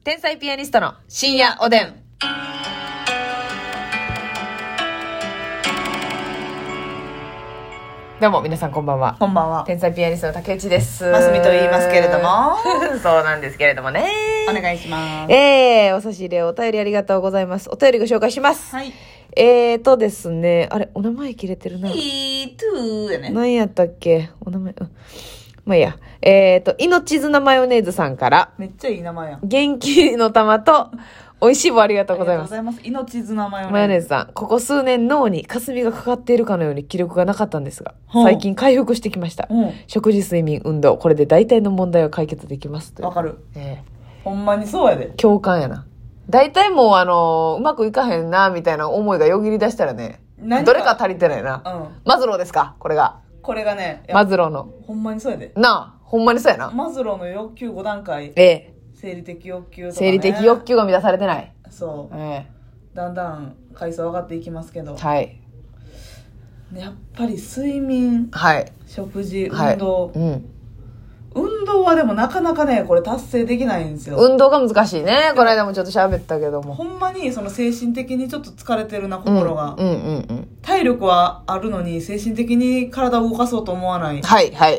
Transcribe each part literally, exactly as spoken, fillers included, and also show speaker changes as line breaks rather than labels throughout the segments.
天才ピアニストの深夜おでん。どうも皆さんこんばんは。
こんばんは。
天才ピアニストの竹内です。
ますみと言いますけれども
そうなんですけれどもね。
お願いします。
えー、お差し入れお便りありがとうございます。お便りご紹介します。
はい。
えーとですね、あれお名前切れてるな。
いいトゥーやね。
何やったっけお名前、うん、まあいいや。えーと命綱マヨネーズさんから
めっちゃいい名前やん。
元気の玉と美味しい棒ありがとうございます。
ありがとうございます。命綱マヨネーズ。
マヨネーズさん、ここ数年脳に霞がかかっているかのように気力がなかったんですが、最近回復してきました。食事、睡眠、運動、これで大体の問題を解決できますと。
わかる。
え
ー、ほんまにそうやで。
共感やな。大体もうあのー、うまくいかへんなみたいな思いがよぎり出したらね、どれか足りてないな。うん、マズローですかこれが。
これがね、
マズローの。
ほんまにそうやで。
なあ、ほんまにそうやな。
マズローの欲求ご段階。
ええ。
生理的欲求とか、ね、
生理的欲求が満たされてない。
そう、
ええ、
だんだん回数上がっていきますけど、
はい、
やっぱり睡眠、
はい、
食事、運動、
はい、うん、
運動はでもなかなかねこれ達成できないんですよ。
運動が難しいね。この間もちょっと喋ったけども、
ほんまにその精神的にちょっと疲れてるな心が、
うんうんうんうん、
体力はあるのに精神的に体を動かそうと思わない。
はいはい、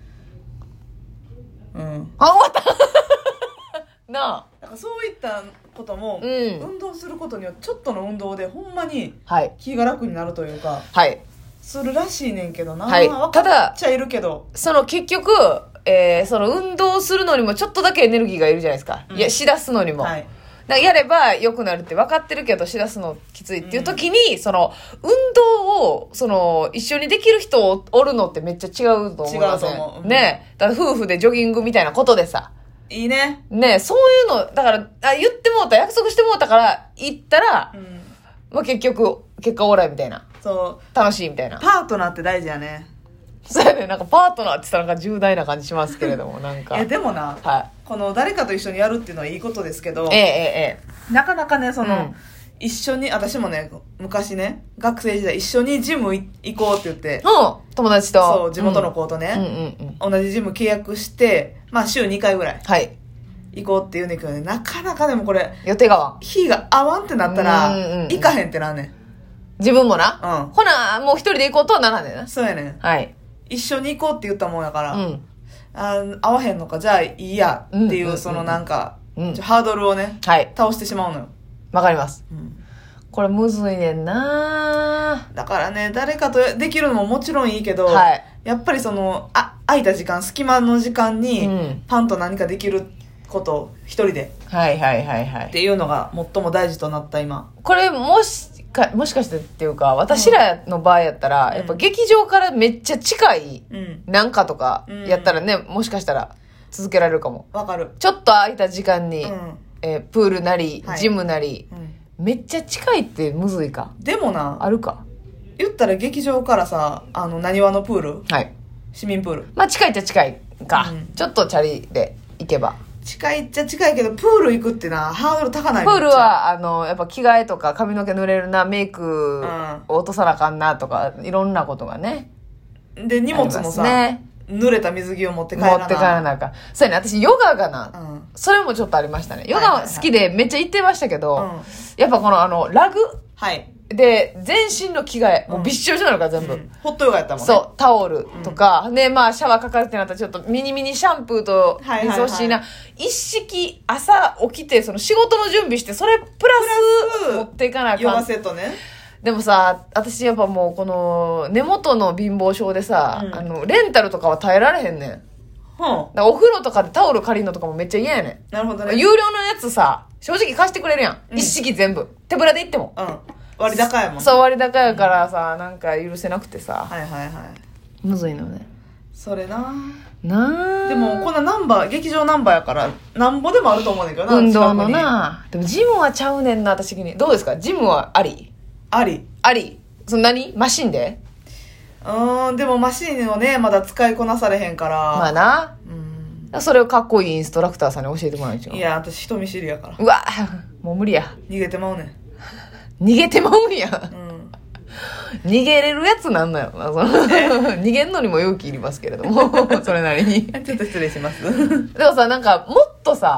うん、
あ終わったなあ、
だからそういったことも、
うん、
運動することによってちょっとの運動でほんまに気が楽になるというか、
はい、
するらしいねんけどな、
はい、
分かっちゃいるけど、
その結局、えー、その運動するのにもちょっとだけエネルギーがいるじゃないですか、うん、いやしだすのにも、はい、だやれば良くなるって分かってるけどしだすのきついっていう時に、うん、その運動をその一緒にできる人おるのってめっちゃ違うと思いません？
違うと思う、うん、ね、
だから夫婦でジョギングみたいなことでさ、
いいね。
ね、そういうのだからあ言ってもうた約束してもうたから行ったら、うん、まあ、結局結果オーライみたいな、
そう
楽しいみたいな。
パートナーって大事やね。
そうやね、なんかパートナーって言ったらなんか重大な感じしますけれどもなんか
えでもな、はい、この誰かと一緒にやるっていうのはいいことですけど、
えええ
えなかなかねその、うん、一緒に私もね昔ね学生時代一緒にジム行こうって言って、
うん、友達と
そう地元の子とね、うんうんうん、同じジム契約してまあ週にかいぐらい、はい、行こうって言うねんけどね、なかなかでもこれ
予定が合わん
日が合わんってなったら、うんうんうん、行かへんってなんねん。
自分もな、
うん、
ほなもう一人で行こうとはならんねんな。
そうやねん、
はい、
一緒に行こうって言ったもんやから、うん、あ合わへんのかじゃあいいやっていう、うんうんうん、そのなんか、うん、ハードルをね、はい、倒してしまうのよ。
わかります、うん、これむずいねんな。
だからね誰かとできるのももちろんいいけど、はい、やっぱりそのあ空いた時間隙間の時間に、うん、パンと何かできること一人で、
はいはいはいはい、
っていうのが最も大事となった今。
これもしかもしかしてっていうか私らの場合やったら、うん、やっぱ劇場からめっちゃ近いなんかとかやったらね、うん、もしかしたら続けられるかも。
わかる。
ちょっと空いた時間に、うん、えー、プールなり、はい、ジムなり、うん、めっちゃ近いってむずいか。
でもな
あるか
言ったら劇場からさあのなにわのプール、はい、市民プール
まあ近いっちゃ近いか、うん、ちょっとチャリで行けば
近いっちゃ近いけどプール行くってなハードル高ない。
プールはあのやっぱ着替えとか髪の毛濡れるなメイクを落とさなあかんなとか、うん、いろんなことがね。
で荷物もさ、ね、濡れた水着を持って帰らな
持って帰らなあかん。そうやね、私ヨガがな、うん、それもちょっとありましたね。ヨガ好きでめっちゃ行ってましたけど、はいはいはい、やっぱこのあのラグ、はいで全身の着替え、もうびっしょびしょなのから全部、うん、
ホットヨガやったもんね。
そうタオルとか、うん、でまあシャワーかかるってなったらちょっとミニミニシャンプーと水欲しいな、はいはいはい、一式朝起きてその仕事の準備してそれプラス持っていかなあかん
ヨガセットね。
でもさ私やっぱもうこの根元の貧乏症でさ、うん、あのレンタルとかは耐えられへんねん、うん、だからお風呂とかでタオル借りるのとかもめっちゃ嫌やね
ん。なるほどね。
有料のやつさ正直貸してくれるやん、うん、一式全部手ぶらで行っても、
うん割高やもん。
そう割高やからさ、うん、なんか許せなくてさ、
はいはいはい
むずいのね
それな。
な
でもこんなナンバー劇場ナンバーやからなんぼでもあると思うねんけどな。
運動のな。でもジムはちゃうねんな私的に。どうですかジムはあり
あり
あり。そんなにマシンで
うーんでもマシンをねまだ使いこなされへんから。
まあな、うん、それをかっこいいインストラクターさんに教えてもらうんでしょ。
いや私人見知りやから。
うわもう無理や。
逃げてまうねん。
逃げてまうんや、うん、逃げれるやつなんだよなその逃げんのにも勇気いりますけれどもそれなりに
ちょっと失礼します
でもさなんかもっとさ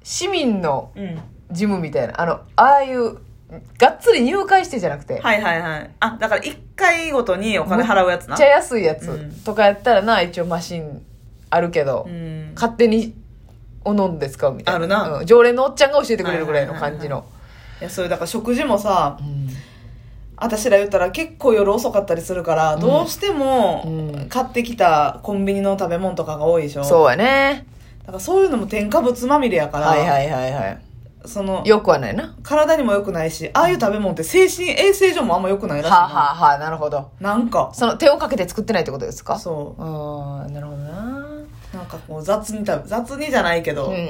市民の事務みたいな、あの、ああいう、がっつり入会してじゃなくて。
はいはいはい。あ、だからいっかいごとにお金払うやつな。
めっちゃ安いやつとかやったらな、一応マシンあるけど、うん、勝手におのんで使うみたいな。
あるな、
うん。常連のおっちゃんが教えてくれるぐらいの感じの。
いや、それだから食事もさ、うん、私ら言ったら結構夜遅かったりするから、うん、どうしても買ってきたコンビニの食べ物とかが多いでしょ。
そうやね。
だからそういうのも添加物まみれやから、
はいはいはいはい。
その
よくはないな。
体にも良くないし、ああいう食べ物って精神衛生上もあんま良くないらしいな。
はあ、はあはあ、なるほど。
なんか
その手をかけて作ってないってことですか。
そう。
ああ、なるほどな。
なんかこう雑に食べ雑にじゃないけど、
うんうんうん、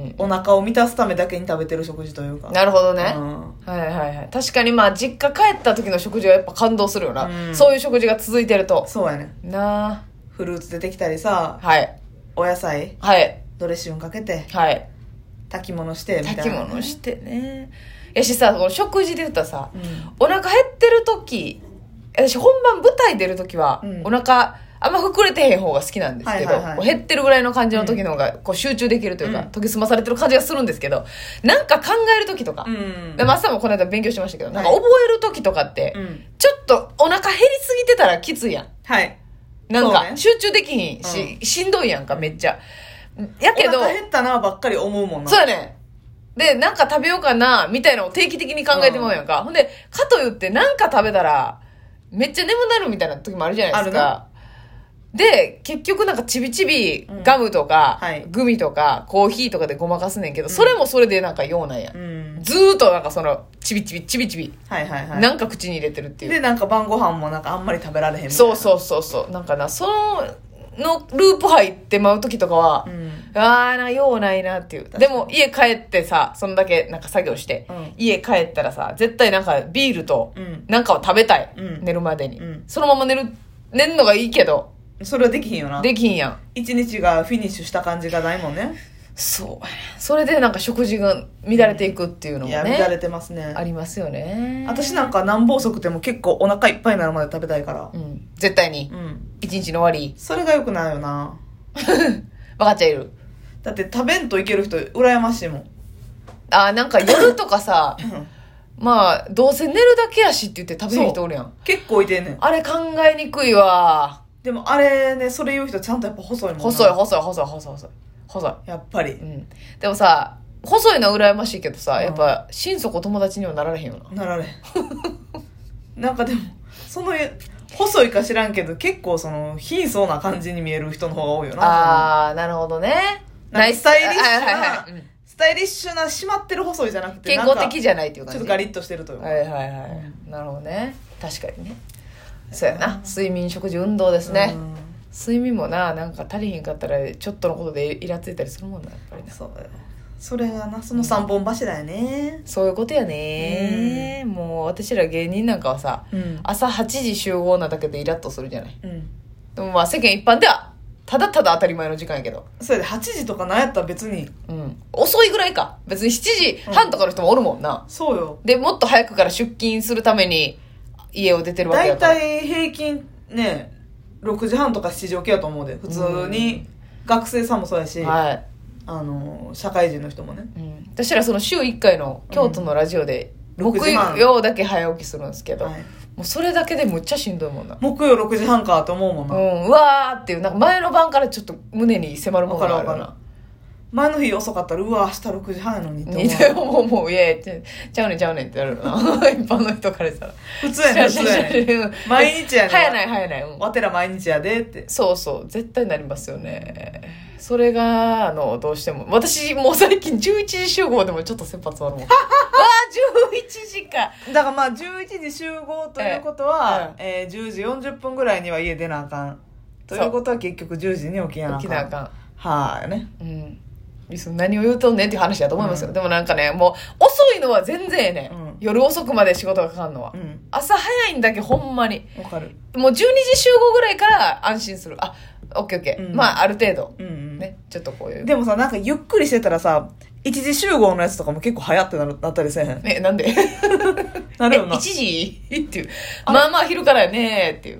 お腹を満たすためだけに食べてる食事というか。
なるほどね、
うん、
はいはいはい。確かにまあ実家帰った時の食事はやっぱ感動するよな、うん、そういう食事が続いてると。
そうやね
なあ。
フルーツ出てきたりさ、
はい、
お野菜、
はい、
ドレッシングかけて、
はい、
炊き物してみたいな、
ね、炊き物してね。やしさ、この食事で言ったらさ、うん、お腹減ってる時、私本番舞台出る時は、うん、お腹あんま膨れてへん方が好きなんですけど、はいはいはい、減ってるぐらいの感じの時の方がこう集中できるというか、うん、研ぎ澄まされてる感じがするんですけど、なんか考える時とか、うん、マッサンもこの間勉強しましたけど、なんか覚える時とかって、はい、ちょっとお腹減りすぎてたらきついやん。
はい。
なんか集中できひんし、うん、しんどいやんか、めっちゃ。やけど、
お腹減ったなばっかり思うもんな。
そうやね。で、なんか食べようかな、みたいなのを定期的に考えてまうやんか。うん、ほんで、かと言って、なんか食べたら、めっちゃ眠なるみたいな時もあるじゃないですか。で、結局なんかちびちびガムとか、うんはい、グミとかコーヒーとかでごまかすねんけど、うん、それもそれでなんかようなんや、うん、ずーっとなんかそのちびちびちびちび、はいはいはい、なんか口に入れてるっていう。
でなんか晩ご飯もなんかあんまり食べられへんみたいな。
そうそうそうそう。なんかな、そののループ入ってまう時とかは、うん、あーな、ようないなっていう。でも家帰ってさ、そんだけなんか作業して、うん、家帰ったらさ、絶対なんかビールとなんかを食べたい、うん、寝るまでに、うん、そのまま寝る寝んのがいいけど、
それはできひんよな。
できひんやん。
一日がフィニッシュした感じがないもんね。
そうそれでなんか食事が乱れていくっていうのもね、
うん、いや乱れてますね。
ありますよね。
私なんか何暴食でも結構お腹いっぱいになるまで食べたいから、
うん、絶対に、うん、一日の終わり。
それが良くないよな。
分かっちゃいる。
だって食べんといける人羨ましいもん。
あ、なんか夜とかさまあどうせ寝るだけやしって言って食べる人おるやん。
結構いてんねん。
あれ考えにくいわ。
でもあれね、それ言う人ちゃんとやっぱ細いもんな。
細い細い細い細い細い細い。
やっぱり、
うん、でもさ、細いのは羨ましいけどさ、やっぱ心底友達にはなられへんよな。
なられへんなんかでもその細いか知らんけど結構その貧相な感じに見える人の方が多いよな。
ああ、なるほどね。
なんかスタイリッシュな、はいはいはい、うん、スタイリッシュな締まってる細いじゃなくて
健康的じゃないっていう感じ。
ちょっとガリッとしてるというか。
はいはいはい、うん、なるほどね。確かにね。そうやな。睡眠、食事、運動ですね。うん、睡眠もな、なんか足りひんかったらちょっとのことでイラついたりするもんな、やっぱりな。
そうだよ。それがな、その三本柱やね、
うん、そういうことやね、うん、もう私ら芸人なんかはさ、うん、朝はちじ集合なだけでイラッとするじゃない、うん、でもまあ世間一般ではただただ当たり前の時間やけど、
それではちじとかなんやったら別に、
うん、遅いぐらいか。別にしちじはんとかの人もおるもんな、
うん、そうよ。
でもっと早くから出勤するために家を出てるわけやから、
だいたい平均ねろくじはんとかしちじ起きやと思うで、普通に学生さんもそうやし、はい、あの社会人の人もね、うん、私らその週いっかいの京都のラジオで木曜だけ早起きするんですけど、はい、もうそれだけでむっちゃしんどいもんな。 木曜ろくじはんかと思うもんな、
うん、うわーっていう、なんか前の晩からちょっと胸に迫るものがあるな。
前の日遅かったらうわ明日ろくじはんやのに
って思う。もうもういやいやちゃうねんちゃうねんってなるな一般の人からしたら
普通やねん普通やねん毎日やねん
早ない早ない、うん、
わてら毎日やでって。そう
そう絶対なりますよね。それがあのどうしても私もう最近じゅういちじ集合でもちょっと切羽詰まるもんわあじゅういちじか。
だからまあじゅういちじ集合ということは、えええー、じゅうじよんじゅっぷんぐらいには家出なあかんということは結局じゅうじに起きなあかん。
起きなあかん
はあね、
うん何を言うとんねんっていう話だと思いますよ、うん、でもなんかねもう遅いのは全然ね、うん、夜遅くまで仕事がかかるのは、うん、朝早いんだけほんまに
わかる。
もうじゅうにじ集合ぐらいから安心する。あオッケーオッケー、うん、まあある程度、うんうん、ねちょっとこういう。
でもさなんかゆっくりしてたらさいちじ集合のやつとかも結構早ってなるなったりせえへん。
えなんで
なるよな。
いちじっていうまあまあ昼からやねっていう。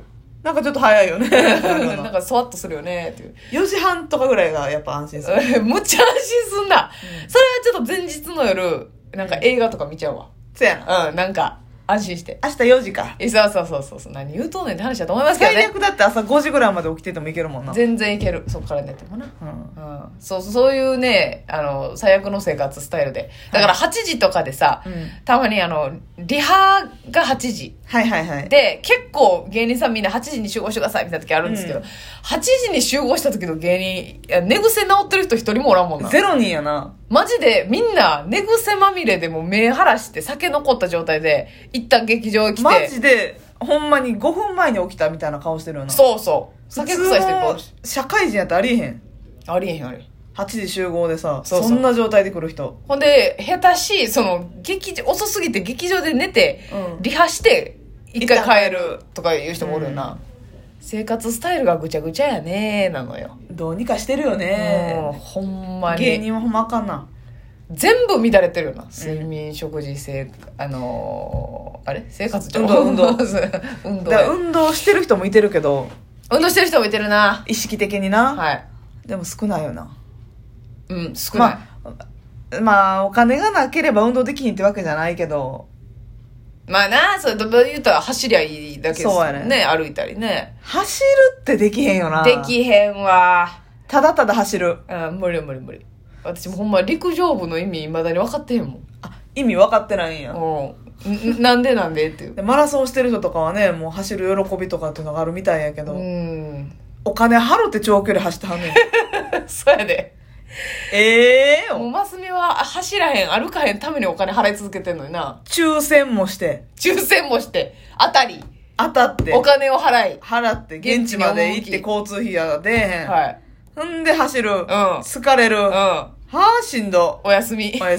なんかちょっと早いよね。
なんかそわっとするよねっていう。
よじはんとかぐらいがやっぱ安心する。
むっちゃ安心すんな、うん。それはちょっと前日の夜、なんか映画とか見ちゃうわ。
そやな。
うん、なんか、安心して。
明日よじか。
え、そうそうそうそう。何言うとんねんって話だと思いますけどね。
最悪だって朝ごじぐらいまで起きててもいけるもんな。
全然いける。そっから寝てもな。
うん。
うん。そう、そういうね、あの、最悪の生活スタイルで。だからはちじとかでさ、はい、たまにあの、リハがはちじ。
はいはいはい。
で、結構芸人さんみんなはちじに集合してくださいみたいな時あるんですけど、うん、はちじに集合した時の芸人、寝癖治ってる人一人もおらんもんな。
ゼロ人やな。
マジでみんな寝癖まみれでもう目晴らして酒残った状態で一旦劇場へ来て。
マジで、ほんまにごふんまえに起きたみたいな顔してるよな。
そうそう。酒臭い人いっぱいおるし。
社会人やったらありえへん。
ありえへんありえへん。
はちじ集合でさ、
そうそう
そんな状態で来る人。
ほんで、下手し、その、劇場、遅すぎて劇場で寝て、うん、リハして、一回帰るとかいう人もおるよな。うん、生活スタイルがぐちゃぐちゃやねーなのよ。
どうにかしてるよねー。
もう、ほんまに。
芸人はほんまあかんな。
全部乱れてるよな。睡眠、うん、食事、生、あのー、あれ生活上。
運動、運動。
運動。
だから運動してる人もいてるけど。
運動してる人もいてるな。
意識的にな。
はい。
でも少ないよな。
うん、少ない。
まあ、まあ、お金がなければ運動できひんってわけじゃないけど。
まあな、それどう言ったら走りゃいいだけですよね。ね、歩いたりね。
走るってできへんよな。
できへんわ。
ただただ走る。
うん、無理無理無理。私もほんま陸上部の意味未だに分かってへんもん。
あ、意味分かってないんや。
うん。なんでなんでっていう。
でマラソンしてる人とかはね、もう走る喜びとかっていうのがあるみたいやけど。
うん。
お金払って長距離走ってはんねん。
そうやで。
ええー、
もうマスミは走らへん、歩かへんためにお金払い続けてんのにな。
抽選もして。
抽選もして、当たり。
当たって。
お金を払い。
払って、現地まで行って交通費や出えへん。
はい。
んで走る。うん。疲れる。うん。はぁ、しんど。
おやすみ。
おやすみ。